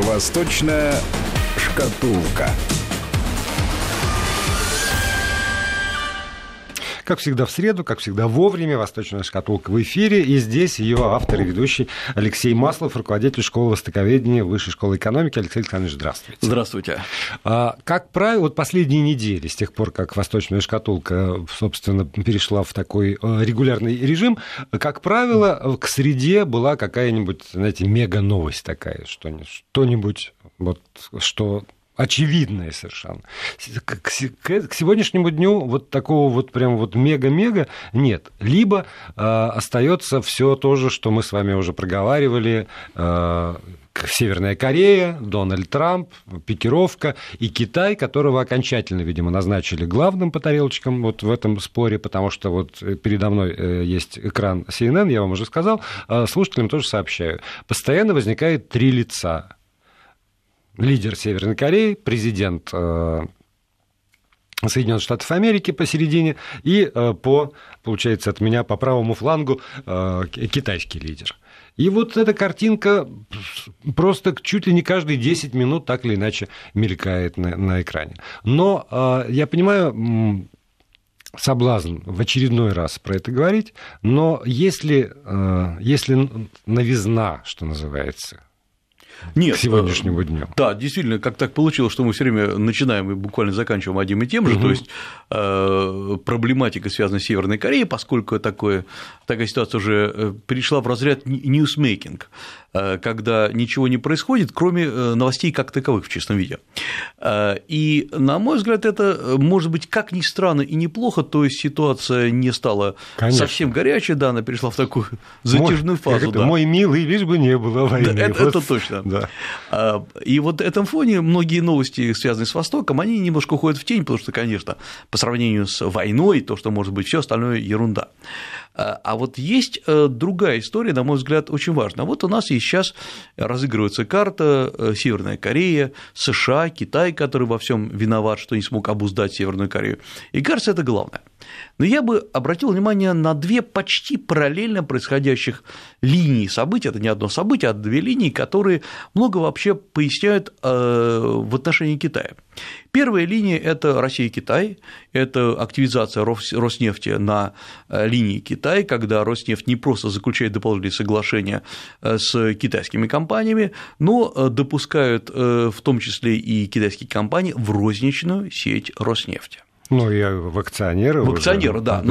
Восточная шкатулка. Как всегда в среду, как всегда вовремя, «Восточная шкатулка» в эфире. И здесь ее автор и ведущий Алексей Маслов, руководитель школы востоковедения Высшей школы экономики. Алексей Александрович, здравствуйте. Здравствуйте. Как правило, вот последние недели, с тех пор, как «Восточная шкатулка», собственно, перешла в такой регулярный режим, как правило, к среде была какая-нибудь, знаете, мега-новость такая, что-нибудь, вот, что... очевидное совершенно. К сегодняшнему дню вот такого вот прям вот мега-мега нет. Либо остается все то же, что мы с вами уже проговаривали. Северная Корея, Дональд Трамп, пикировка и Китай, которого окончательно, видимо, назначили главным по тарелочкам вот в этом споре, потому что вот передо мной есть экран CNN, я вам уже сказал, слушателям тоже сообщаю. Постоянно возникает три лица. Лидер Северной Кореи, президент Соединенных Штатов Америки посередине и получается, от меня по правому флангу китайский лидер. И вот эта картинка просто чуть ли не каждые 10 минут так или иначе мелькает на экране. Но я понимаю соблазн в очередной раз про это говорить, но если новизна, что называется, нет, к сегодняшнему дню. Да, действительно, как так получилось, что мы все время начинаем и буквально заканчиваем одним и тем же, то есть проблематика, связанная с Северной Кореей, поскольку такая ситуация уже перешла в разряд ньюсмейкинг, когда ничего не происходит, кроме новостей как таковых в чистом виде. И, на мой взгляд, это может быть как ни странно и неплохо, то есть ситуация не стала совсем горячей, да, она перешла в такую затяжную фазу. Да. Мой милый, лишь бы не было войны. Да, это точно. Да. И вот на этом фоне многие новости, связанные с Востоком, они немножко уходят в тень, потому что, конечно, по сравнению с войной, то, что может быть, все остальное ерунда. А вот есть другая история, на мой взгляд, очень важная. Вот у нас и сейчас разыгрывается карта Северная Корея, США, Китай, который во всем виноват, что не смог обуздать Северную Корею. И кажется, это главное. Но я бы обратил внимание на две почти параллельно происходящих линии событий. Это не одно событие, а две линии, которые много вообще поясняют в отношении Китая. Первая линия – это Россия и Китай, это активизация Роснефти на линии Китая, когда Роснефть не просто заключает дополнительные соглашения с китайскими компаниями, но допускают в том числе и китайские компании в розничную сеть Роснефти. Ну, и в акционеры. В акционеры, да.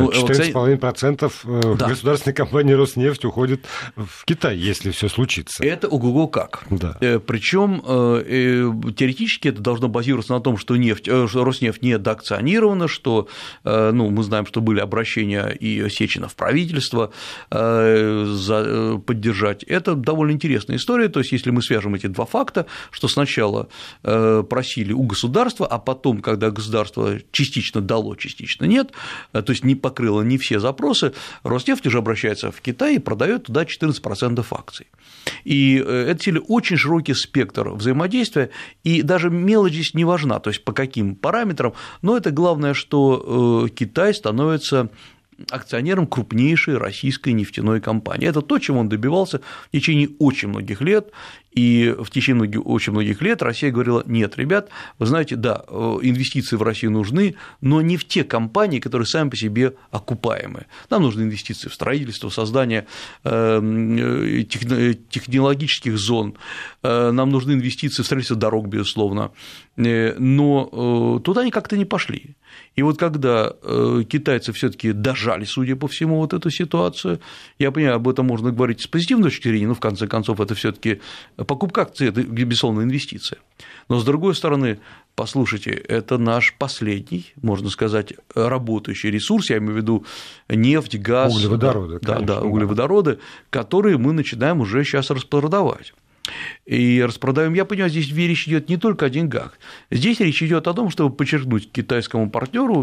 14,5% государственной компании «Роснефть» уходит в Китай, если все случится. Это ого-го как. Да. Причем теоретически это должно базироваться на том, что Роснефть не доакционирована, что мы знаем, что были обращения и Сечина в правительство поддержать. Это довольно интересная история. То есть, если мы свяжем эти два факта, что сначала просили у государства, а потом, когда государство частично дало, частично нет, то есть не покрыло не все запросы, Роснефть уже обращается в Китай и продает туда 14% акций. И это очень широкий спектр взаимодействия, и даже мелочь здесь не важна, то есть по каким параметрам, но это главное, что Китай становится акционером крупнейшей российской нефтяной компании. Это то, чего он добивался в течение очень многих лет, и в течение очень многих лет Россия говорила: нет, ребят, вы знаете, да, инвестиции в Россию нужны, но не в те компании, которые сами по себе окупаемы. Нам нужны инвестиции в строительство, в создание технологических зон, нам нужны инвестиции в строительство дорог, безусловно, но туда они как-то не пошли. И вот когда китайцы все-таки дожали, судя по всему, вот эту ситуацию, я понимаю, об этом можно говорить с позитивной точки зрения, но в конце концов это все-таки покупка акций – это, безусловно, инвестиция. Но с другой стороны, послушайте, это наш последний, можно сказать, работающий ресурс, я имею в виду нефть, газ, углеводороды, углеводороды, которые мы начинаем уже сейчас распродавать. И распродаем, я понимаю, здесь речь идет не только о деньгах. Здесь речь идет о том, чтобы подчеркнуть китайским партнерам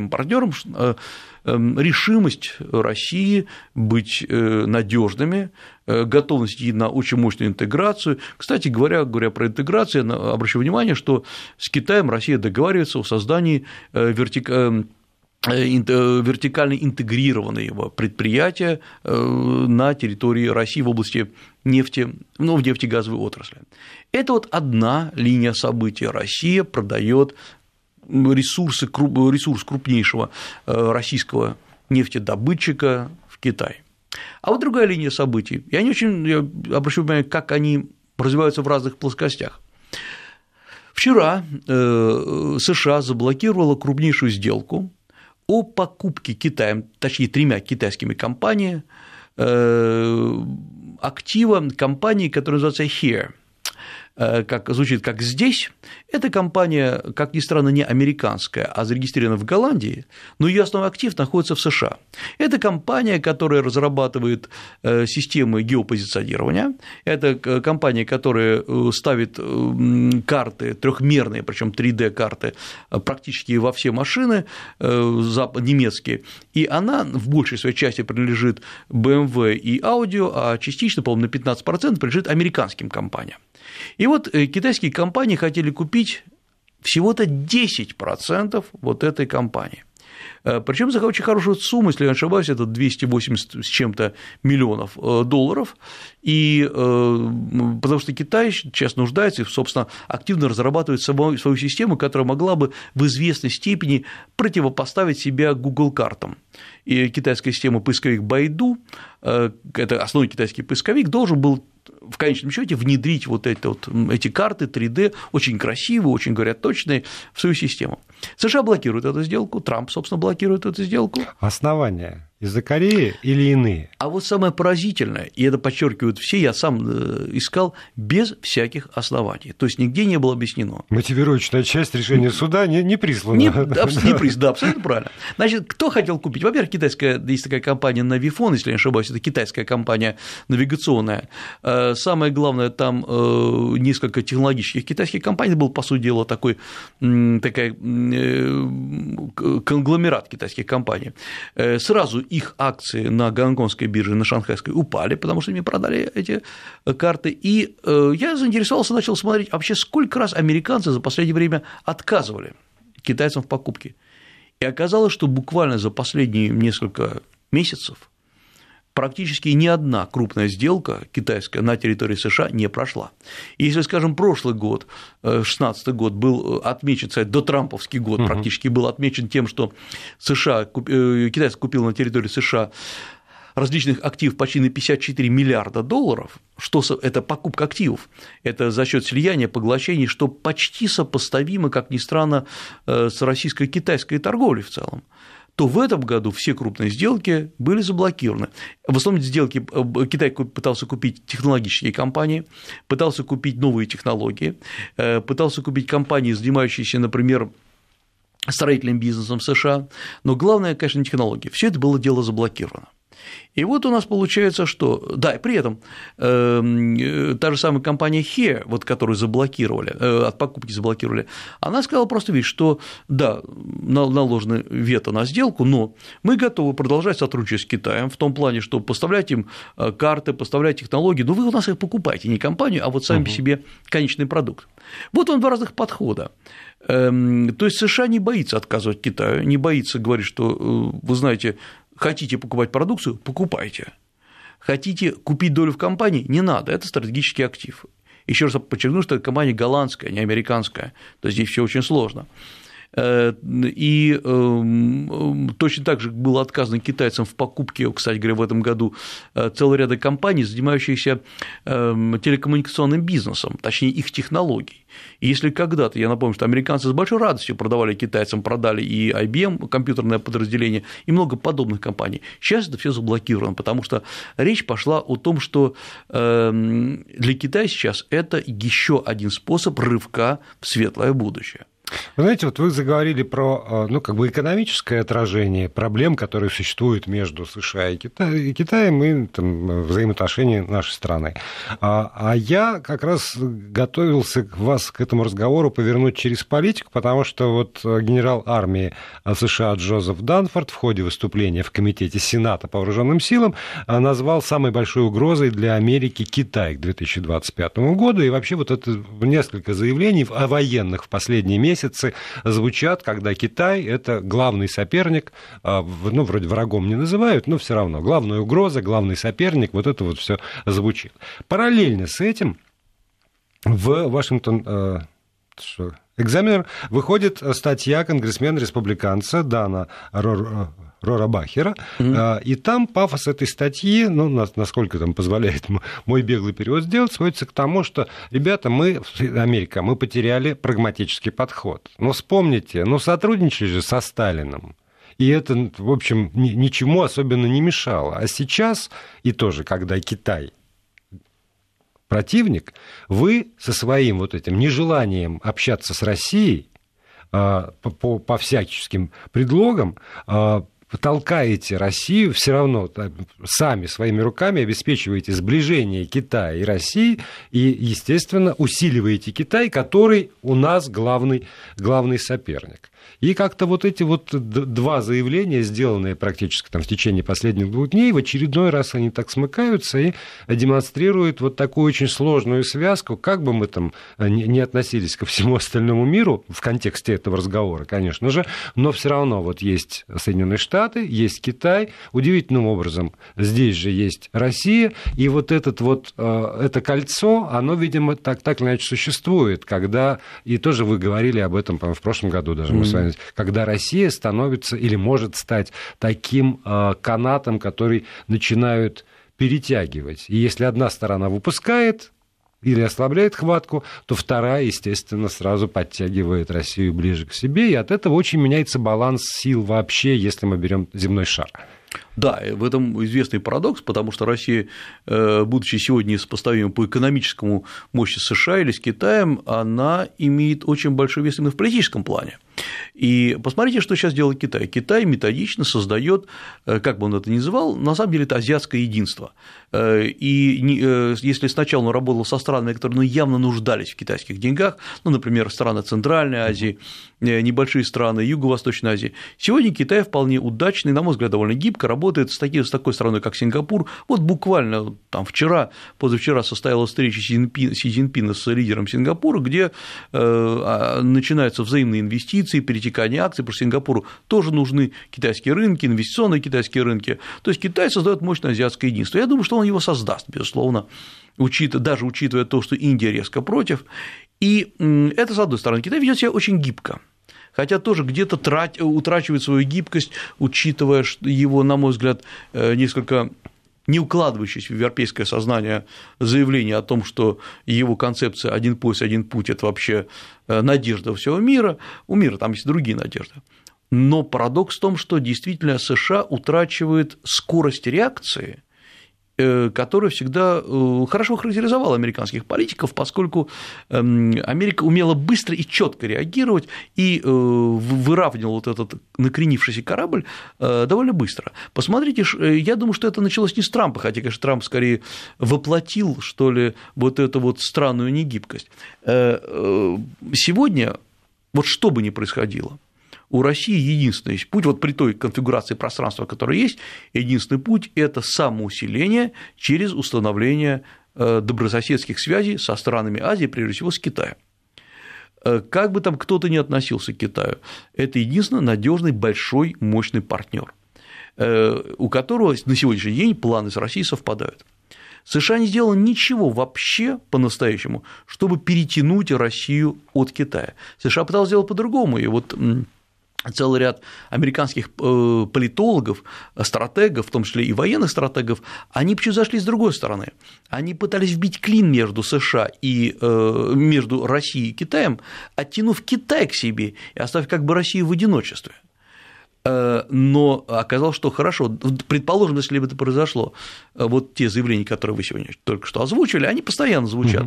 решимость России быть надежными, готовность идти на очень мощную интеграцию. Кстати говоря про интеграцию, я обращу внимание, что с Китаем Россия договаривается о создании вертикально интегрированного предприятия на территории России в области нефти, в нефтегазовой отрасли. Это вот одна линия событий. Россия продает ресурс крупнейшего российского нефтедобытчика в Китай. А вот другая линия событий, я обращу внимание, как они развиваются в разных плоскостях. Вчера США заблокировала крупнейшую сделку о покупке Китаем, точнее, 3 китайскими компаниями актива компании, которая называется HERE. Звучит как «здесь». Эта компания, как ни странно, не американская, а зарегистрирована в Голландии, но ее основной актив находится в США. Это компания, которая разрабатывает системы геопозиционирования, это компания, которая ставит карты трехмерные, причем 3D-карты практически во все машины немецкие, и она в большей своей части принадлежит BMW и Audi, а частично, по-моему, на 15% принадлежит американским компаниям. И вот китайские компании хотели купить всего-то 10% вот этой компании. Причем за очень хорошую сумму, если я не ошибаюсь, это 280 с чем-то миллионов долларов, и потому что Китай сейчас нуждается и, собственно, активно разрабатывает свою систему, которая могла бы в известной степени противопоставить себя Google картам. И китайская система поисковик Baidu, это основной китайский поисковик, должен был в конечном счете внедрить вот эти карты 3D, очень красивые, очень, говорят, точные, в свою систему. США блокируют эту сделку, Трамп, собственно, блокирует эту сделку. Основания из-за Кореи или иные? А вот самое поразительное, и это подчеркивают все, я сам искал, без всяких оснований, то есть нигде не было объяснено. Мотивировочная часть решения суда не прислана. Не прислана, да, абсолютно правильно. Значит, кто хотел купить? Во-первых, есть такая компания Navifone, если я не ошибаюсь, это китайская компания навигационная. Самое главное, там несколько технологических китайских компаний, был, по сути дела, такой конгломерат китайских компаний. Сразу их акции на гонконгской бирже, на шанхайской упали, потому что мне продали эти карты, и я заинтересовался, начал смотреть, вообще сколько раз американцы за последнее время отказывали китайцам в покупке. И оказалось, что буквально за последние несколько месяцев практически ни одна крупная сделка китайская на территории США не прошла. И если, скажем, прошлый год, 2016 год, был отмечен, кстати, дотрамповский год практически был отмечен тем, что китайцы купил на территории США различных активов почти на $54 миллиарда, что это покупка активов, это за счет слияния, поглощений, что почти сопоставимо, как ни странно, с российско-китайской торговлей в целом, то в этом году все крупные сделки были заблокированы. В основном сделки Китай пытался купить технологические компании, пытался купить новые технологии, пытался купить компании, занимающиеся, например, строительным бизнесом в США, но главное, конечно, не технологии. Все это было дело заблокировано. И вот у нас получается, что… Да, и при этом та же самая компания HERE, вот, которую заблокировали, от покупки заблокировали, она сказала просто вещь, что да, наложено вето на сделку, но мы готовы продолжать сотрудничать с Китаем в том плане, что поставлять им карты, поставлять технологии, но вы у нас их покупаете, не компанию, а вот сами себе конечный продукт. Вот он два разных подхода. То есть США не боится отказывать Китаю, не боится говорить, что, вы знаете, хотите покупать продукцию – покупайте. Хотите купить долю в компании – не надо, это стратегический актив. Еще раз подчеркну, что это компания голландская, не американская, то есть здесь все очень сложно. И точно так же было отказано китайцам в покупке, кстати говоря, в этом году целого ряда компаний, занимающихся телекоммуникационным бизнесом, точнее их технологий. И если когда-то, я напомню, что американцы с большой радостью продавали китайцам, продали и IBM, компьютерное подразделение, и много подобных компаний, сейчас это все заблокировано, потому что речь пошла о том, что для Китая сейчас это еще один способ рывка в светлое будущее. Вы знаете, вот вы заговорили про экономическое отражение проблем, которые существуют между США и Китаем, и взаимоотношения нашей страны. А я как раз готовился вас к этому разговору повернуть через политику, потому что вот генерал армии США Джозеф Данфорд в ходе выступления в Комитете Сената по вооруженным силам назвал самой большой угрозой для Америки Китай к 2025 году, и вообще вот это несколько заявлений военных в последние месяцы месяцы звучат, когда Китай – это главный соперник, ну, вроде врагом не называют, но все равно главная угроза, главный соперник, вот это вот все звучит. Параллельно с этим в Вашингтон Экзаменер выходит статья конгрессмена-республиканца Дана Рорабахера, и там пафос этой статьи, ну, насколько там позволяет мой беглый перевод сделать, сводится к тому, что, ребята, Америка, мы потеряли прагматический подход. Но вспомните, сотрудничали же со Сталиным. И это, в общем, ничему особенно не мешало. А сейчас, и тоже, когда Китай противник, вы со своим вот этим нежеланием общаться с Россией по всяческим предлогам толкаете Россию, все равно сами своими руками обеспечиваете сближение Китая и России и, естественно, усиливаете Китай, который у нас главный соперник. И как-то вот эти вот два заявления, сделанные практически там в течение последних 2 дней, в очередной раз они так смыкаются и демонстрируют вот такую очень сложную связку, как бы мы там не относились ко всему остальному миру в контексте этого разговора, конечно же, но все равно вот есть Соединенные Штаты, есть Китай, удивительным образом здесь же есть Россия, и вот это кольцо, оно, видимо, так или иначе существует, когда, и тоже вы говорили об этом, по-моему, в прошлом году даже мы с вами, когда Россия становится или может стать таким канатом, который начинают перетягивать. И если одна сторона выпускает или ослабляет хватку, то вторая, естественно, сразу подтягивает Россию ближе к себе, и от этого очень меняется баланс сил вообще, если мы берем земной шар. Да, в этом известный парадокс, потому что Россия, будучи сегодня сопоставима по экономическому мощи с США или с Китаем, она имеет очень большой вес именно в политическом плане. И посмотрите, что сейчас делает Китай. Китай методично создает, как бы он это ни называл, на самом деле это азиатское единство. И если сначала он работал со странами, которые явно нуждались в китайских деньгах, например, страны Центральной Азии, небольшие страны Юго-Восточной Азии, сегодня Китай вполне удачный, на мой взгляд, довольно гибко работает с такой страной, как Сингапур. Вот буквально там позавчера состоялась встреча Си Цзиньпина с лидером Сингапура, где начинаются взаимные инвестиции, перетекание акций, потому что Сингапуру тоже нужны китайские рынки, инвестиционные китайские рынки. То есть Китай создает мощное азиатское единство. Я думаю, что он его создаст, безусловно, даже учитывая то, что Индия резко против. И это, с одной стороны, Китай ведет себя очень гибко. Хотя тоже где-то утрачивает свою гибкость, учитывая его, на мой взгляд, несколько не укладывающееся в европейское сознание заявление о том, что его концепция «один пояс, один путь» – это вообще надежда всего мира. У мира там есть другие надежды. Но парадокс в том, что действительно США утрачивает скорость реакции, которая всегда хорошо характеризовала американских политиков, поскольку Америка умела быстро и четко реагировать и выравнивала вот этот накренившийся корабль довольно быстро. Посмотрите, я думаю, что это началось не с Трампа, хотя, конечно, Трамп скорее воплотил, что ли, вот эту вот странную негибкость. Сегодня, вот что бы ни происходило, у России единственный путь, вот при той конфигурации пространства, которая есть, единственный путь – это самоусиление через установление добрососедских связей со странами Азии, прежде всего с Китаем. Как бы там кто-то ни относился к Китаю, это единственный надежный, большой, мощный партнер, у которого на сегодняшний день планы с Россией совпадают. США не сделало ничего вообще по-настоящему, чтобы перетянуть Россию от Китая. США пыталась сделать по-другому, и вот целый ряд американских политологов, стратегов, в том числе и военных стратегов, они почему зашли с другой стороны. Они пытались вбить клин между США и между Россией и Китаем, оттянув Китай к себе и оставив как бы Россию в одиночестве. Но оказалось, что хорошо, предположим, если бы это произошло, вот те заявления, которые вы сегодня только что озвучили, они постоянно звучат.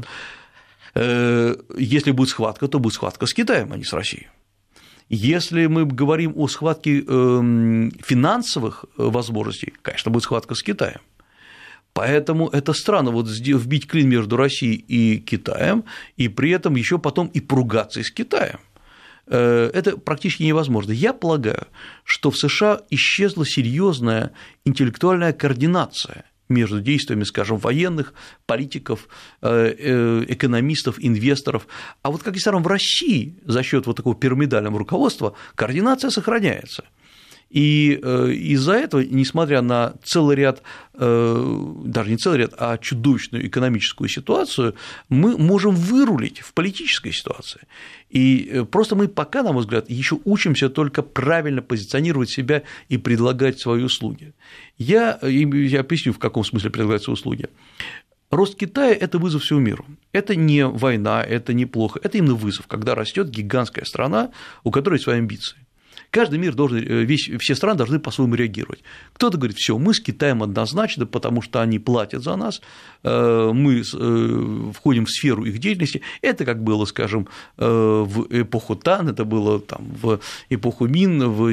Если будет схватка, то будет схватка с Китаем, а не с Россией. Если мы говорим о схватке финансовых возможностей, конечно, будет схватка с Китаем. Поэтому это странно, вот вбить клин между Россией и Китаем, и при этом еще потом и поругаться с Китаем. Это практически невозможно. Я полагаю, что в США исчезла серьезная интеллектуальная координация между действиями, скажем, военных, политиков, экономистов, инвесторов. А вот, как ни странно, в России за счет вот такого пирамидального руководства координация сохраняется. И из-за этого, несмотря на целый ряд, даже не целый ряд, а чудовищную экономическую ситуацию, мы можем вырулить в политической ситуации. И просто мы пока, на мой взгляд, еще учимся только правильно позиционировать себя и предлагать свои услуги. Я объясню, в каком смысле предлагать свои услуги. Рост Китая – это вызов всему миру. Это не война, это не плохо, это именно вызов, когда растет гигантская страна, у которой есть свои амбиции. Каждый мир должен, все страны должны по-своему реагировать. Кто-то говорит, все, мы с Китаем однозначно, потому что они платят за нас, мы входим в сферу их деятельности. Это как было, скажем, в эпоху Тан, это было там, в эпоху Мин в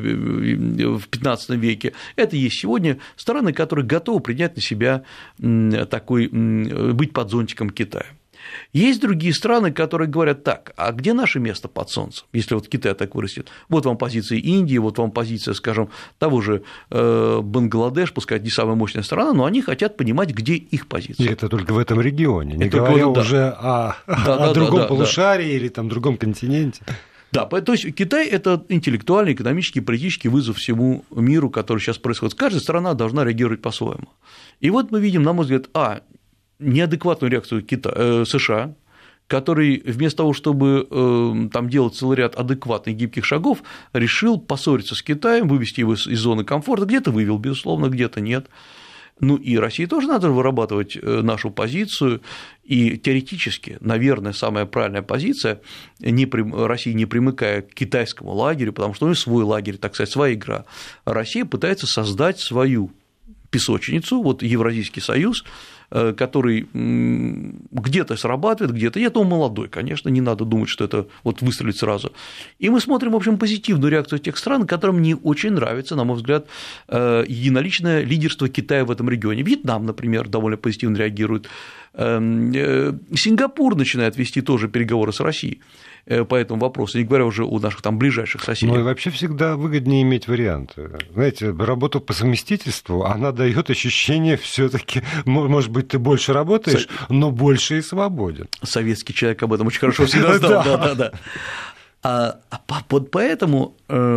XV веке. Это есть сегодня страны, которые готовы принять на себя такой, быть под зонтиком Китая. Есть другие страны, которые говорят так, а где наше место под солнцем, если вот Китай так вырастет? Вот вам позиция Индии, вот вам позиция, скажем, того же Бангладеш, пускай это не самая мощная страна, но они хотят понимать, где их позиция. И это только в этом регионе, не говоря уже о другом полушарии или там другом континенте. Да, то есть Китай – это интеллектуальный, экономический, политический вызов всему миру, который сейчас происходит. Каждая страна должна реагировать по-своему. И вот мы видим, на мой взгляд, неадекватную реакцию США, который вместо того, чтобы там делать целый ряд адекватных гибких шагов, решил поссориться с Китаем, вывести его из зоны комфорта, где-то вывел, безусловно, где-то нет. Ну и России тоже надо вырабатывать нашу позицию, и теоретически, наверное, самая правильная позиция, Россия не примыкая к китайскому лагерю, потому что у нее свой лагерь, так сказать, своя игра, Россия пытается создать свою песочницу, вот Евразийский союз, который где-то срабатывает, где-то нет, он молодой, конечно, не надо думать, что это вот выстрелит сразу. И мы смотрим, в общем, позитивную реакцию тех стран, которым не очень нравится, на мой взгляд, единоличное лидерство Китая в этом регионе. Вьетнам, например, довольно позитивно реагирует. Сингапур начинает вести тоже переговоры с Россией по этому вопросу, не говоря уже о наших там ближайших соседях. Ну и вообще всегда выгоднее иметь варианты. Знаете, работа по совместительству, она дает ощущение все-таки, может быть, ты больше работаешь, но больше и свободен. Советский человек об этом очень хорошо всегда знал. Да. Поэтому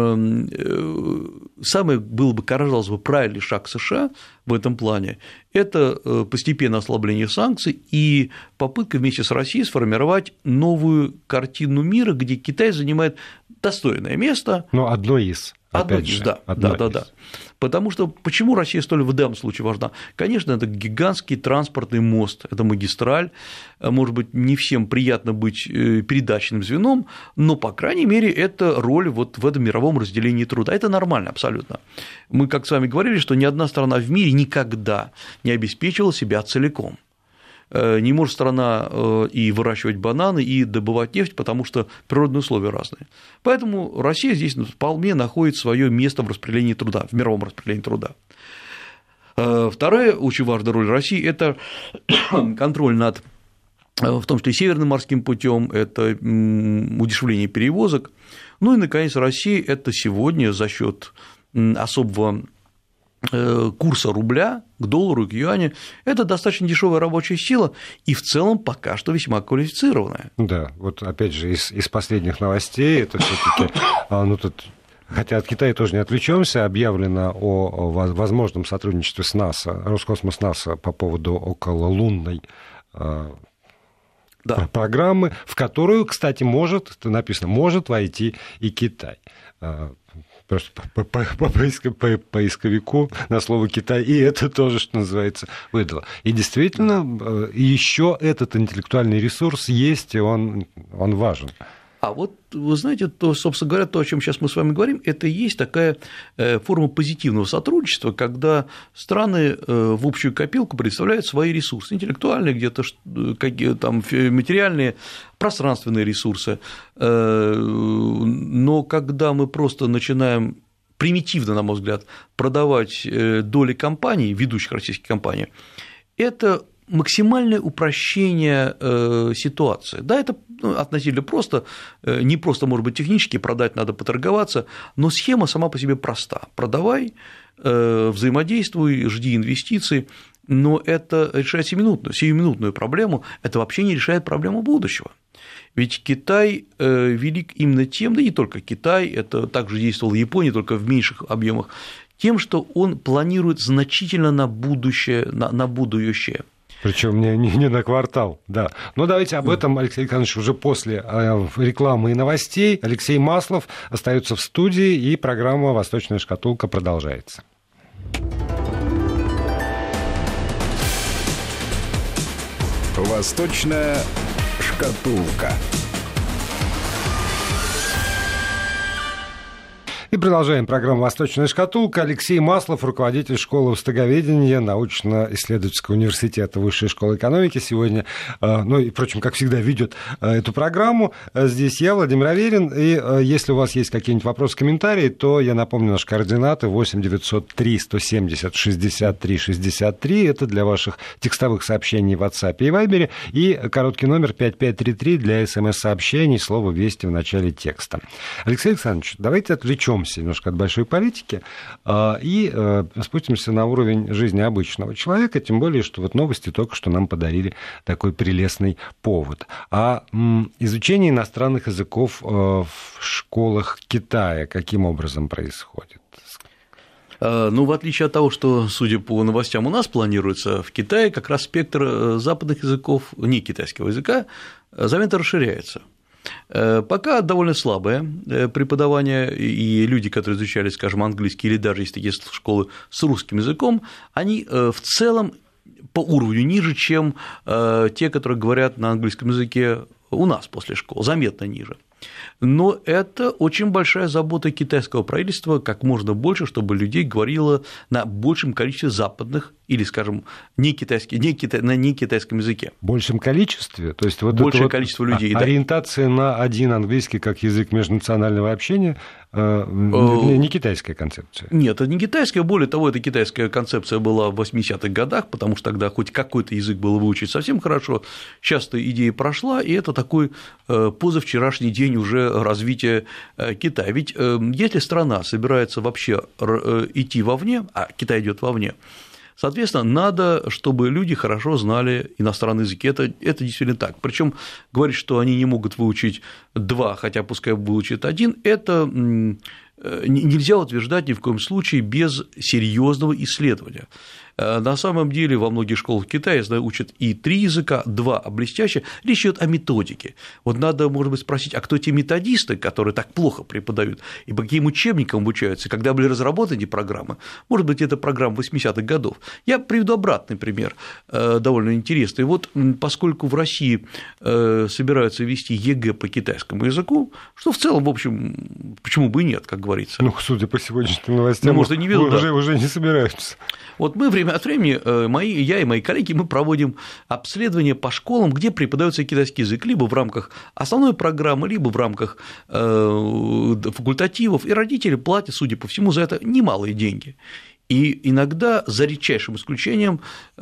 самый был бы, казалось бы, правильный шаг США в этом плане – это постепенное ослабление санкций и попытка вместе с Россией сформировать новую картину мира, где Китай занимает достойное место. Ну, одно из. Да. Потому что почему Россия столь в данном случае важна? Конечно, это гигантский транспортный мост, это магистраль, может быть, не всем приятно быть передачным звеном, но, по крайней мере, это роль вот в этом мировом разделении труда, это нормально абсолютно. Мы, как с вами говорили, что ни одна страна в мире никогда не обеспечивала себя целиком. Не может страна и выращивать бананы, и добывать нефть, потому что природные условия разные. Поэтому Россия здесь вполне находит свое место в распределении труда, в мировом распределении труда. Вторая очень важная роль России – это контроль над, в том числе, Северным морским путем, это удешевление перевозок. Ну и, наконец, Россия – это сегодня за счет особого курса рубля к доллару и к юаню – это достаточно дешевая рабочая сила и в целом пока что весьма квалифицированная. Да, вот опять же из последних новостей это все-таки, тут, хотя от Китая тоже не отвлечемся, объявлено о возможном сотрудничестве с НАСА, Роскосмос НАСА по поводу окололунной программы, в которую, кстати, написано, может войти и Китай. Просто по поисковику на слово «Китай», и это тоже, что называется, выдало. И действительно, еще этот интеллектуальный ресурс есть, и он важен. А вот, вы знаете, собственно говоря, то, о чем сейчас мы с вами говорим, это и есть такая форма позитивного сотрудничества, когда страны в общую копилку представляют свои ресурсы, интеллектуальные, где-то там материальные, пространственные ресурсы, но когда мы просто начинаем примитивно, на мой взгляд, продавать доли компаний, ведущих российских компаний, это максимальное упрощение ситуации. Да, это относительно просто, не просто, может быть, технически продать, надо поторговаться, но схема сама по себе проста. Продавай, взаимодействуй, жди инвестиций, но это решает сиюминутную проблему, это вообще не решает проблему будущего. Ведь Китай велик именно тем, да не только Китай, это также действовала Япония, только в меньших объемах, тем, что он планирует значительно на будущее. Причем не на квартал, да. Но давайте об этом, Алексей Александрович, уже после рекламы и новостей. Алексей Маслов остается в студии, и программа «Восточная шкатулка» продолжается. «Восточная шкатулка». И продолжаем программу «Восточная шкатулка». Алексей Маслов, руководитель школы востоговедения научно-исследовательского университета Высшей школы экономики. Сегодня, ну и, впрочем, как всегда, ведет эту программу. Здесь я, Владимир Аверин. И если у вас есть какие-нибудь вопросы, комментарии, то я напомню наши координаты: 8 903 170 63 63. Это для ваших текстовых сообщений в WhatsApp и Viber. И короткий номер 5533 для СМС-сообщений, слово «Вести» в начале текста. Алексей Александрович, давайте отвлечемся немножко от большой политики и спустимся на уровень жизни обычного человека, тем более, что вот новости только что нам подарили такой прелестный повод. Изучение иностранных языков в школах Китая каким образом происходит? Ну, в отличие от того, что, судя по новостям, у нас планируется, в Китае как раз спектр западных языков, не китайского языка, заметно расширяется. Пока довольно слабое преподавание, и люди, которые изучали, скажем, английский, или даже есть такие школы с русским языком, они в целом по уровню ниже, чем те, которые говорят на английском языке у нас после школ, заметно ниже. Но это очень большая забота китайского правительства, как можно больше, чтобы людей говорило на большем количестве западных или, скажем, на некитайском языке. В большем количестве? То есть вот большее количество людей, да. Ориентация на один английский как язык межнационального общения не китайская концепция? Нет, это не китайская, более того, эта китайская концепция была в 80-х годах, потому что тогда хоть какой-то язык было выучить совсем хорошо, сейчас эта идея прошла, и это такой позавчерашний день уже развития Китая. Ведь если страна собирается вообще идти вовне, а Китай идет вовне, соответственно, надо, чтобы люди хорошо знали иностранные языки. Это действительно так. Причем говорить, что они не могут выучить два, хотя пускай выучат один, это нельзя утверждать ни в коем случае без серьезного исследования. На самом деле во многих школах Китая учат и 3 языка, 2 блестяще. Речь идет о методике. Вот надо, может быть, спросить, а кто те методисты, которые так плохо преподают, и по каким учебникам обучаются, когда были разработаны программы? Может быть, это программа 80-х годов. Я приведу обратный пример, довольно интересный. Вот поскольку в России собираются вести ЕГЭ по китайскому языку, что в целом, в общем, почему бы и нет, как говорится. Ну, судя по сегодняшним новостям, может, и не ведут, уже не собираются. Вот мы время от времени, я и мои коллеги, мы проводим обследования по школам, где преподается китайский язык, либо в рамках основной программы, либо в рамках факультативов, и родители платят, судя по всему, за это немалые деньги. И иногда, за редчайшим исключением,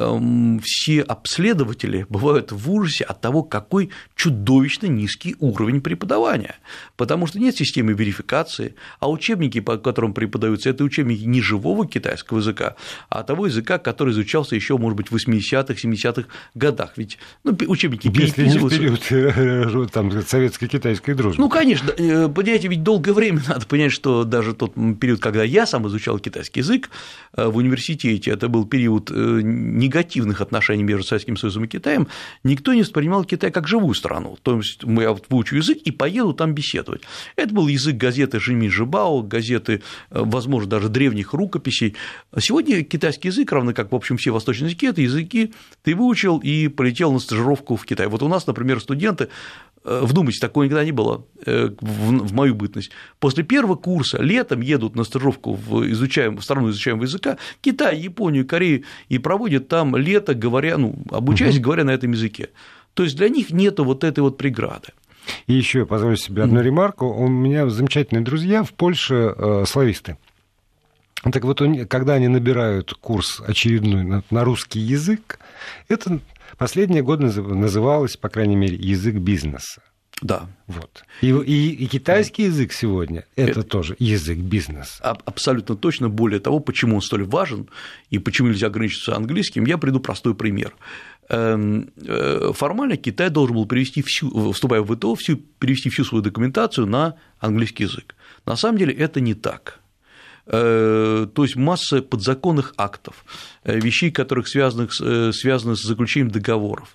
все обследователи бывают в ужасе от того, какой чудовищно низкий уровень преподавания, потому что нет системы верификации, а учебники, по которым преподаются, это учебники не живого китайского языка, а того языка, который изучался еще, может быть, в 80-х, 70-х годах. Ведь учебники переписываются. Если не в период там, советско-китайской дружбы. Ну, конечно, понимаете, ведь долгое время надо понять, что даже тот период, когда я сам изучал китайский язык, в университете, это был период негативных отношений между Советским Союзом и Китаем, никто не воспринимал Китай как живую страну. То есть я выучу язык и поеду там беседовать. Это был язык газеты Жимин Жибао, газеты, возможно, даже древних рукописей. Сегодня китайский язык, равно как, в общем, все восточные языки, это языки ты выучил и полетел на стажировку в Китай. Вот у нас, например, студенты, вдумайтесь, такого никогда не было в мою бытность. После первого курса летом едут на стажировку в страну изучаемого языка, Китай, Японию, Корею, и проводят там лето, обучаясь, говоря на этом языке. То есть для них нет вот этой вот преграды. И еще я позволю себе одну ремарку. У меня замечательные друзья в Польше слависты. Так вот, когда они набирают курс очередной на русский язык, это последние годы называлось, по крайней мере, язык бизнеса. Да. Вот. И китайский язык сегодня – это тоже язык бизнеса. Абсолютно точно. Более того, почему он столь важен и почему нельзя ограничиться английским, я приведу простой пример. Формально Китай должен был вступая в ВТО, перевести всю свою документацию на английский язык. На самом деле это не так. То есть масса подзаконных актов, вещей, которых связаны с заключением договоров,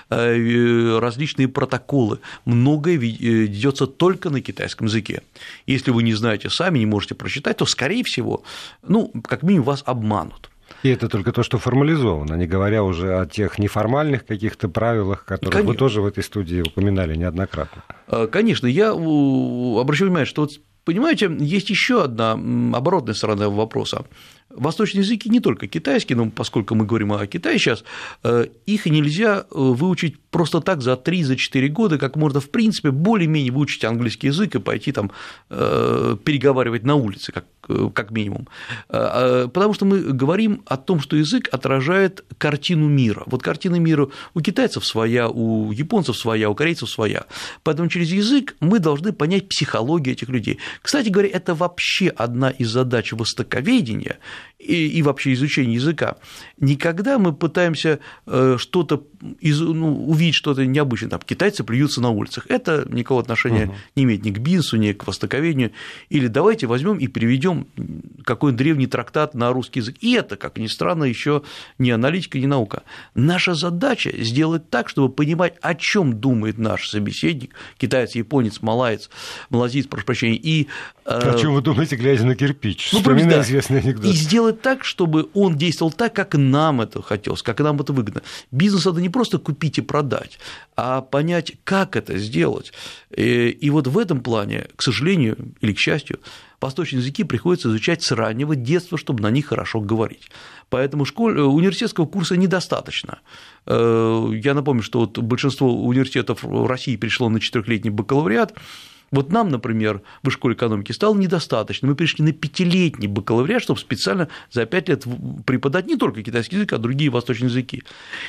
различные протоколы, многое ведется только на китайском языке. Если вы не знаете сами, не можете прочитать, то, скорее всего, как минимум вас обманут. И это только то, что формализовано, не говоря уже о тех неформальных каких-то правилах, которые вы тоже в этой студии упоминали неоднократно. Конечно, я обращу внимание, что понимаете, есть еще одна оборотная сторона вопроса. Восточные языки не только китайские, но поскольку мы говорим о Китае сейчас, их как выучить просто так за 3-4 года, как можно, в принципе, более-менее выучить английский язык и пойти там переговаривать на улице, как минимум. Потому что мы говорим о том, что язык отражает картину мира. Вот картина мира у китайцев своя, у японцев своя, у корейцев своя. Поэтому через язык мы должны понять психологию этих людей. Кстати говоря, это вообще одна из задач востоковедения и вообще изучения языка. Никогда мы пытаемся что-то увидеть что-то необычное, там китайцы плюются на улицах. Это никакого отношения не имеет ни к бизнесу, ни к востоковедению. Или давайте возьмем и переведем какой-нибудь древний трактат на русский язык. И это, как ни странно, еще не аналитика, не наука. Наша задача сделать так, чтобы понимать, о чем думает наш собеседник, китаец, японец, малазиец, прошу прощения, и… О чем вы думаете, глядя на кирпич? Вспоминаю известный анекдот. И сделать так, чтобы он действовал так, как нам это хотелось, как нам это выгодно. Бизнес – это не просто купить и продать, а понять, как это сделать. И вот в этом плане, к сожалению или к счастью, восточные языки приходится изучать с раннего детства, чтобы на них хорошо говорить. Поэтому университетского курса недостаточно. Я напомню, что вот большинство университетов в России перешло на 4-летний бакалавриат. Вот нам, например, в школе экономики стало недостаточно. Мы перешли на 5-летний бакалавриат, чтобы специально за 5 лет преподать не только китайский язык, а другие восточные языки.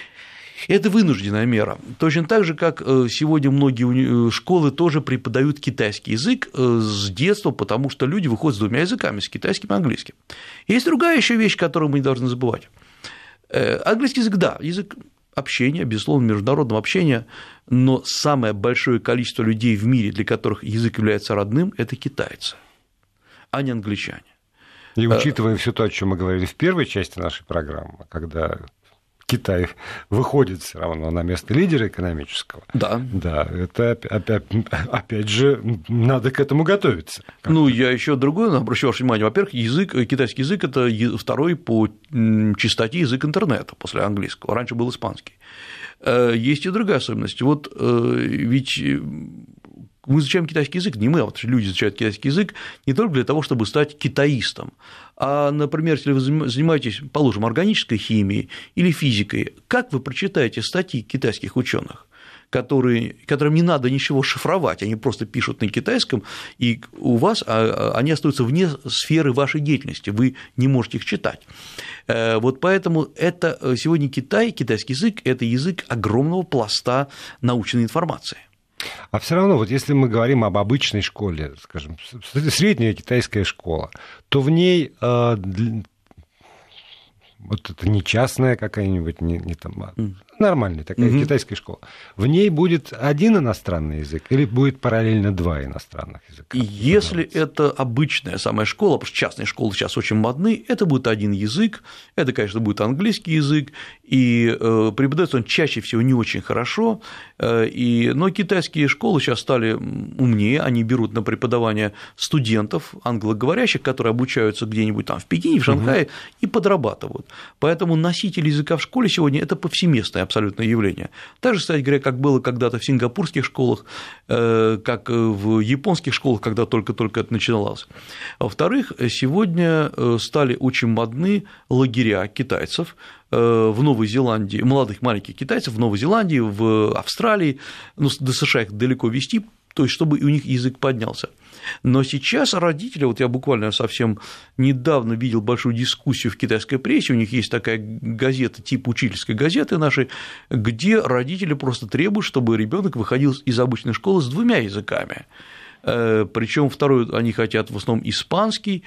Это вынужденная мера. Точно так же, как сегодня многие школы тоже преподают китайский язык с детства, потому что люди выходят с 2 языками, с китайским и английским. Есть другая еще вещь, которую мы не должны забывать. Английский язык, да, язык общения, безусловно, международного общения, но самое большое количество людей в мире, для которых язык является родным, это китайцы, а не англичане. И учитывая все то, о чем мы говорили в первой части нашей программы, когда Китай выходит все равно на место лидера экономического. Да. Да, это опять же надо к этому готовиться. Я еще другое обращу ваше внимание. Во-первых, китайский язык – это второй по частоте язык интернета после английского. Раньше был испанский. Есть и другая особенность. Вот ведь мы изучаем китайский язык, не мы, а вот люди изучают китайский язык не только для того, чтобы стать китаистом, а, например, если вы занимаетесь, положим, органической химией или физикой, как вы прочитаете статьи китайских ученых, которым не надо ничего шифровать, они просто пишут на китайском, и у вас они остаются вне сферы вашей деятельности, вы не можете их читать. Вот поэтому это сегодня китайский язык – это язык огромного пласта научной информации. А все равно, вот если мы говорим об обычной школе, скажем, средняя китайская школа, то в ней вот это не частная какая-нибудь, не там, нормальная такая китайская школа, в ней будет один иностранный язык или будет параллельно 2 иностранных языка? Если это обычная самая школа, потому что частные школы сейчас очень модны, это будет один язык, это, конечно, будет английский язык, и преподается он чаще всего не очень хорошо, но китайские школы сейчас стали умнее, они берут на преподавание студентов англоговорящих, которые обучаются где-нибудь там в Пекине, в Шанхае, и подрабатывают. Поэтому носитель языка в школе сегодня – это повсеместное абсолютное явление. Так же, кстати говоря, как было когда-то в сингапурских школах, как в японских школах, когда только-только это начиналось. Во-вторых, сегодня стали очень модны лагеря китайцев в Новой Зеландии, молодых маленьких китайцев в Новой Зеландии, в Австралии, до США их далеко везти то есть чтобы у них язык поднялся. Но сейчас родители, вот я буквально совсем недавно видел большую дискуссию в китайской прессе, у них есть такая газета, типа учительской газеты нашей, где родители просто требуют, чтобы ребенок выходил из обычной школы с 2 языками. Причем второй они хотят в основном испанский,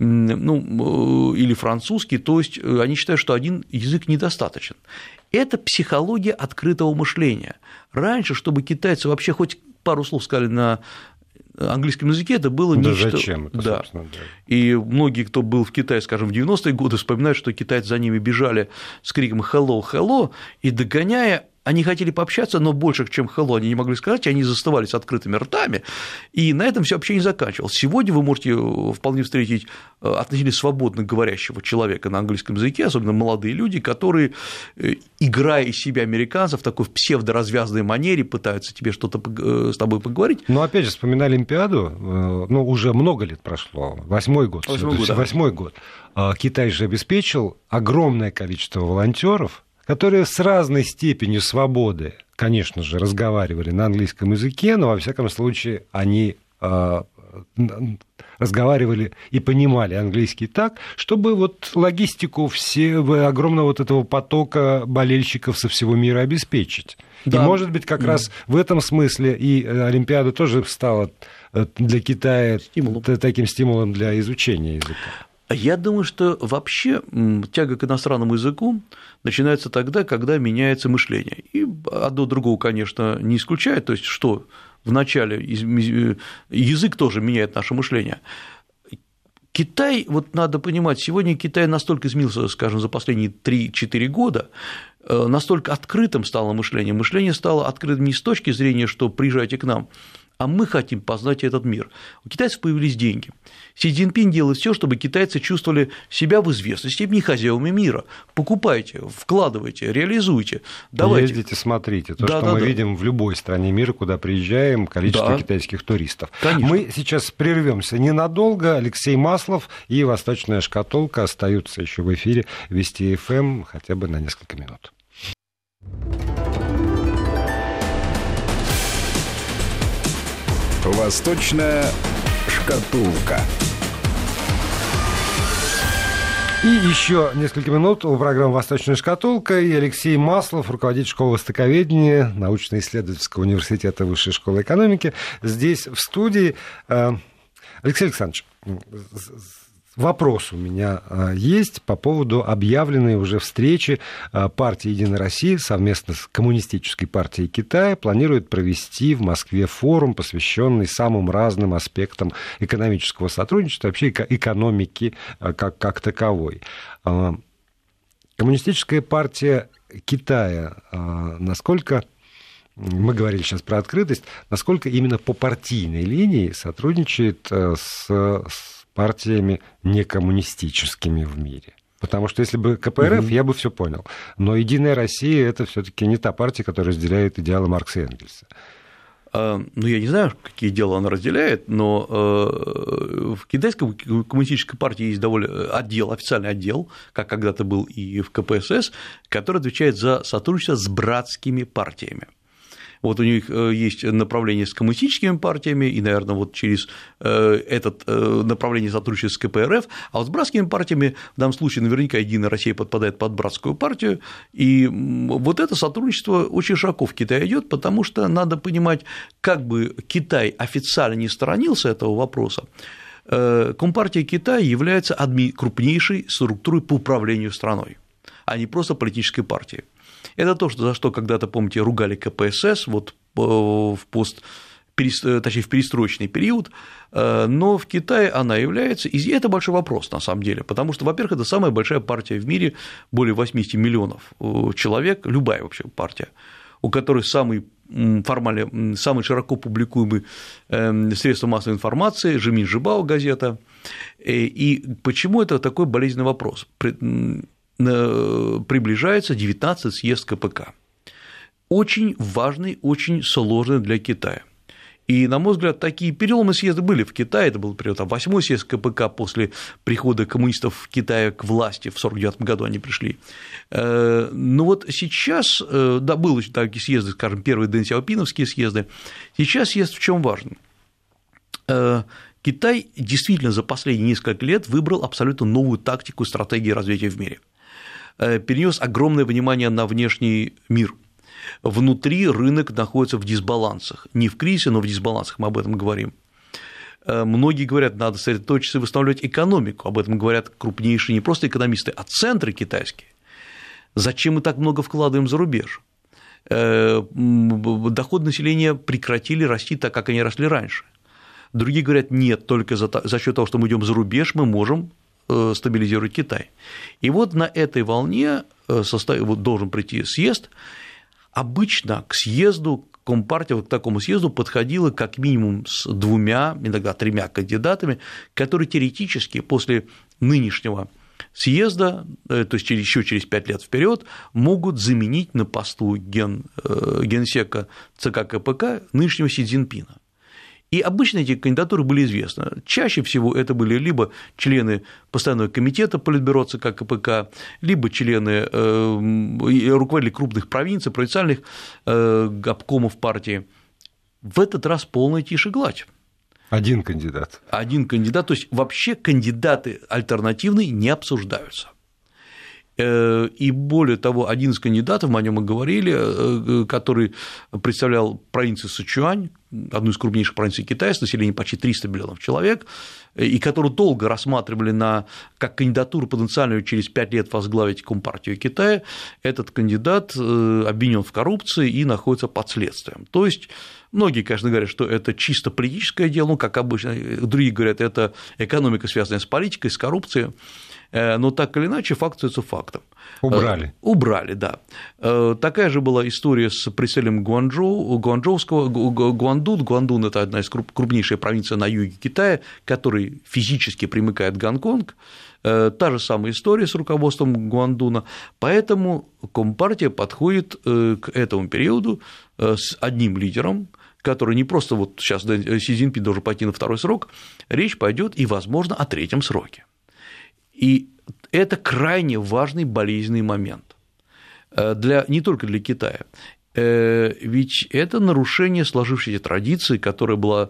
или французский, то есть они считают, что один язык недостаточен. Это психология открытого мышления. Раньше, чтобы китайцы вообще хоть пару слов сказали на английском языке, это было нечто… Зачем это, да. Собственно, да. И многие, кто был в Китае, скажем, в 90-е годы, вспоминают, что китайцы за ними бежали с криком «hello, hello», и догоняя, они хотели пообщаться, но больше, чем hello, они не могли сказать, и они застывали с открытыми ртами, и на этом все общение заканчивалось. Сегодня вы можете вполне встретить относительно свободно говорящего человека на английском языке, особенно молодые люди, которые, играя из себя американцев, в такой псевдоразвязанной манере пытаются тебе что-то с тобой поговорить. Но опять же, вспоминая Олимпиаду, уже много лет прошло, 8-й год. 8-й год. Китай же обеспечил огромное количество волонтеров, которые с разной степенью свободы, конечно же, разговаривали на английском языке, но, во всяком случае, они разговаривали и понимали английский так, чтобы вот логистику огромного вот этого потока болельщиков со всего мира обеспечить. Да. И, может быть, как раз в этом смысле и Олимпиада тоже стала для Китая таким стимулом для изучения языка. Я думаю, что вообще тяга к иностранному языку начинается тогда, когда меняется мышление. И одно другого, конечно, не исключает, то есть что вначале язык тоже меняет наше мышление. Китай, вот надо понимать, сегодня Китай настолько изменился, скажем, за последние 3-4 года, настолько открытым стало мышление. Мышление стало открытым не с точки зрения, что приезжайте к нам, а мы хотим познать этот мир. У китайцев появились деньги. Си Цзиньпин делает все, чтобы китайцы чувствовали себя в известной степени хозяевами мира. Покупайте, вкладывайте, реализуйте. Давайте. Ездите, смотрите. То, что мы видим в любой стране мира, куда приезжаем, количество китайских туристов. Конечно. Мы сейчас прервемся ненадолго. Алексей Маслов и «Восточная шкатулка» остаются еще в эфире Вести ФМ хотя бы на несколько минут. «Восточная шкатулка». И еще несколько минут у программы «Восточная шкатулка» и Алексей Маслов, руководитель школы востоковедения научно-исследовательского университета Высшей школы экономики, здесь в студии. Алексей Александрович, вопрос у меня есть по поводу объявленной уже встречи партии «Единая Россия» совместно с Коммунистической партией Китая планирует провести в Москве форум, посвященный самым разным аспектам экономического сотрудничества, вообще экономики как таковой. Коммунистическая партия Китая, насколько... Мы говорили сейчас про открытость, насколько именно по партийной линии сотрудничает с партиями некоммунистическими в мире. Потому что если бы КПРФ, я бы все понял. Но «Единая Россия» — это все-таки не та партия, которая разделяет идеалы Маркса и Энгельса. Я не знаю, какие идеалы она разделяет, но в китайской коммунистической партии есть довольно официальный отдел, как когда-то был и в КПСС, который отвечает за сотрудничество с братскими партиями. Вот у них есть направление с коммунистическими партиями, и, наверное, вот через это направление сотрудничества с КПРФ, а вот с братскими партиями в данном случае наверняка «Единая Россия» подпадает под братскую партию, и вот это сотрудничество очень широко в Китае идет, потому что надо понимать, как бы Китай официально не сторонился этого вопроса, Компартия Китая является крупнейшей структурой по управлению страной, а не просто политической партией. Это то, за что когда-то, помните, ругали КПСС вот в перестроечный период, но в Китае она является, и это большой вопрос на самом деле, потому что, во-первых, это самая большая партия в мире, более 80 миллионов человек, любая вообще партия, у которой самый широко публикуемый средства массовой информации, Жимин Жибао газета. И почему это такой болезненный вопрос? Приближается 19-й съезд КПК. Очень важный, очень сложный для Китая. И, на мой взгляд, такие переломы съезда были в Китае. Это был, например, 8-й съезд КПК после прихода коммунистов в Китае к власти, в 1949 году они пришли. Но вот сейчас, да, были такие съезды, скажем, первые Дэн Сяопиновские съезды, сейчас съезд в чем важен? Китай действительно за последние несколько лет выбрал абсолютно новую тактику и стратегию развития в мире, перенес огромное внимание на внешний мир. Внутри рынок находится в дисбалансах, не в кризисе, но в дисбалансах, мы об этом говорим. Многие говорят, надо сосредоточиться и восстанавливать экономику, об этом говорят крупнейшие не просто экономисты, а центры китайские. Зачем мы так много вкладываем за рубеж? Доходы населения прекратили расти так, как они росли раньше. Другие говорят, нет, только за счет того, что мы идем за рубеж, мы можем стабилизировать Китай. И вот на этой волне должен прийти съезд. Обычно к съезду, Компартия к такому съезду подходила как минимум с 2, иногда 3 кандидатами, которые теоретически после нынешнего съезда, то есть еще через 5 лет вперед, могут заменить на посту генсека ЦК КПК нынешнего Си Цзиньпина. И обычно эти кандидатуры были известны. Чаще всего это были либо члены постоянного комитета Политбюро ЦК КПК, либо члены, руководители крупных провинций, провинциальных обкомов партии. В этот раз полная тишь и гладь. Один кандидат, то есть вообще кандидаты альтернативные не обсуждаются. И более того, один из кандидатов, мы о нем и говорили, который представлял провинцию Сычуань, одну из крупнейших провинций Китая, с населением почти 300 миллионов человек, и которую долго рассматривали как кандидатуру потенциальную через 5 лет возглавить Компартию Китая, этот кандидат обвинен в коррупции и находится под следствием. То есть многие, конечно, говорят, что это чисто политическое дело, ну, как обычно, другие говорят, это экономика, связанная с политикой, с коррупцией. Но так или иначе, факт остается фактом. Убрали, да. Такая же была история с представителем Гуандун. Гуандун – это одна из крупнейших провинций на юге Китая, который физически примыкает к Гонконг. Та же самая история с руководством Гуандуна. Поэтому Компартия подходит к этому периоду с одним лидером, который не просто вот сейчас Си Цзиньпин должен пойти на 2-й срок, речь пойдет и, возможно, о 3-м сроке. И это крайне важный болезненный момент не только для Китая, ведь это нарушение сложившейся традиции, которая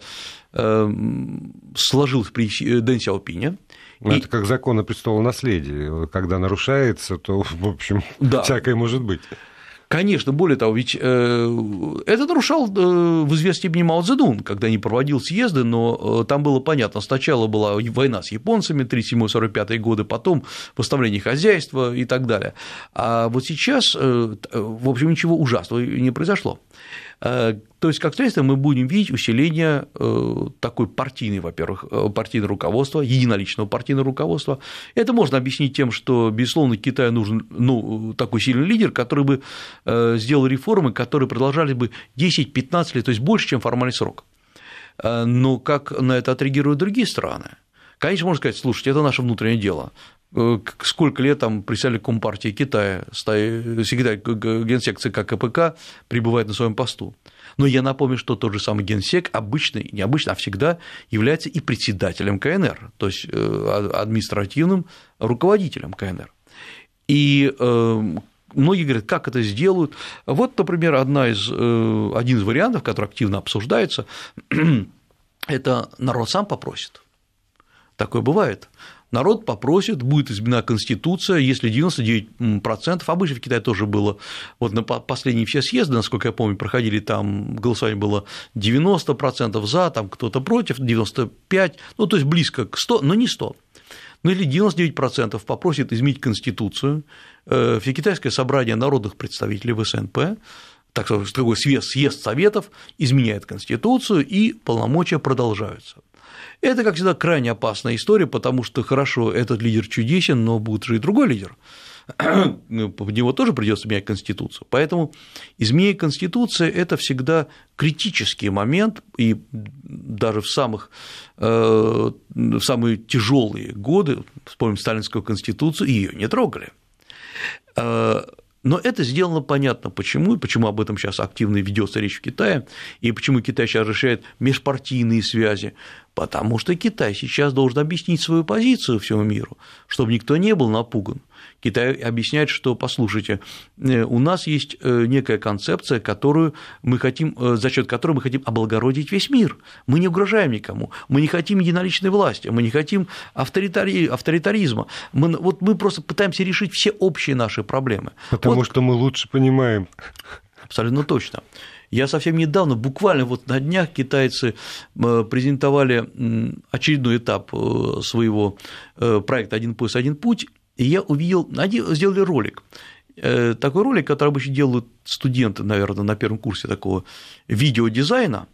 сложилась при Дэн Сяопине. Это как закон о престолонаследии, когда нарушается, то, в общем, всякое может быть. Конечно, более того, ведь это нарушал в известной степени Мао Цзэдун, когда не проводил съезды, но там было понятно, сначала была война с японцами, 1937-1945 годы, потом восстановление хозяйства и так далее. А вот сейчас, в общем, ничего ужасного не произошло. То есть, как следствие, мы будем видеть усиление такой партийной, во-первых, партийного руководства, единоличного партийного руководства. Это можно объяснить тем, что, безусловно, Китаю нужен такой сильный лидер, который бы сделал реформы, которые продолжали бы 10-15 лет, то есть больше, чем формальный срок. Но как на это отреагируют другие страны? Конечно, можно сказать, слушайте, это наше внутреннее дело. Сколько лет там представитель Компартии Китая, секретарь генсек ЦК КПК пребывает на своем посту. Но я напомню, что тот же самый генсек обычно, не обычно, а всегда является и председателем КНР, то есть административным руководителем КНР. И многие говорят, как это сделают. Вот, например, один из вариантов, который активно обсуждается, это народ сам попросит. Такое бывает. Народ попросит, будет изменена Конституция, если 99%, обычно в Китае тоже было, вот на последние все съезды, насколько я помню, проходили, там голосование было 90% за, там кто-то против, 95%, ну, то есть близко к 100%, но не 100%. Но если 99% попросит изменить Конституцию, Всекитайское собрание народных представителей ВСНП, так что такой съезд Советов, изменяет Конституцию, и полномочия продолжаются. Это, как всегда, крайне опасная история, потому что, хорошо, этот лидер чудесен, но будет же и другой лидер. Под него тоже придется менять Конституцию. Поэтому изменение Конституции – это всегда критический момент, и даже в самые тяжелые годы, вспомним Сталинскую Конституцию, ее не трогали. Но это сделано понятно, почему, и почему об этом сейчас активно ведется речь в Китае, и почему Китай сейчас расширяет межпартийные связи, потому что Китай сейчас должен объяснить свою позицию всему миру, чтобы никто не был напуган. Китай объясняет, что, послушайте, у нас есть некая концепция, за счет которой мы хотим облагородить весь мир. Мы не угрожаем никому, мы не хотим единоличной власти, мы не хотим авторитаризма. Мы просто пытаемся решить все общие наши проблемы. Потому что мы лучше понимаем. Абсолютно точно. Я совсем недавно, буквально на днях, китайцы презентовали очередной этап своего проекта «Один пояс, один путь», и я увидел, они сделали ролик. Такой ролик, который обычно делают студенты, наверное, на первом курсе такого видеодизайна.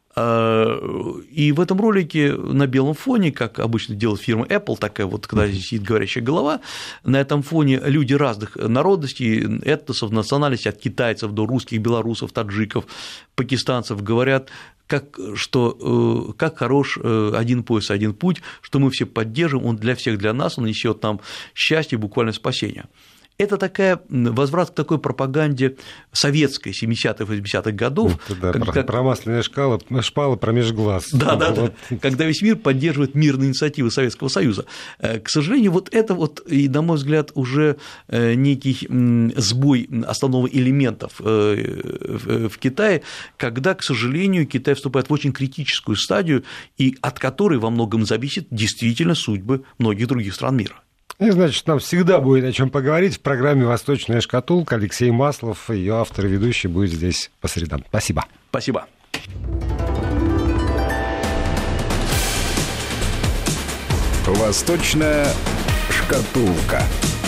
И в этом ролике на белом фоне, как обычно делает фирма Apple, такая когда здесь сидит говорящая голова, на этом фоне люди разных народностей, этносов, национальностей, от китайцев до русских, белорусов, таджиков, пакистанцев говорят, как хорош один пояс, один путь, что мы все поддержим, он для всех, для нас, он несет нам счастье, буквально спасение. Это возврат к такой пропаганде советской 70-х, 80-х годов. Промасленная шпала промеж глаз. Да. Когда весь мир поддерживает мирные инициативы Советского Союза. К сожалению, это и, на мой взгляд, уже некий сбой основного элемента в Китае, когда, к сожалению, Китай вступает в очень критическую стадию, и от которой во многом зависит действительно судьбы многих других стран мира. И, значит, нам всегда будет о чем поговорить в программе «Восточная шкатулка». Алексей Маслов, ее автор и ведущий, будет здесь по средам. Спасибо. Спасибо. «Восточная шкатулка».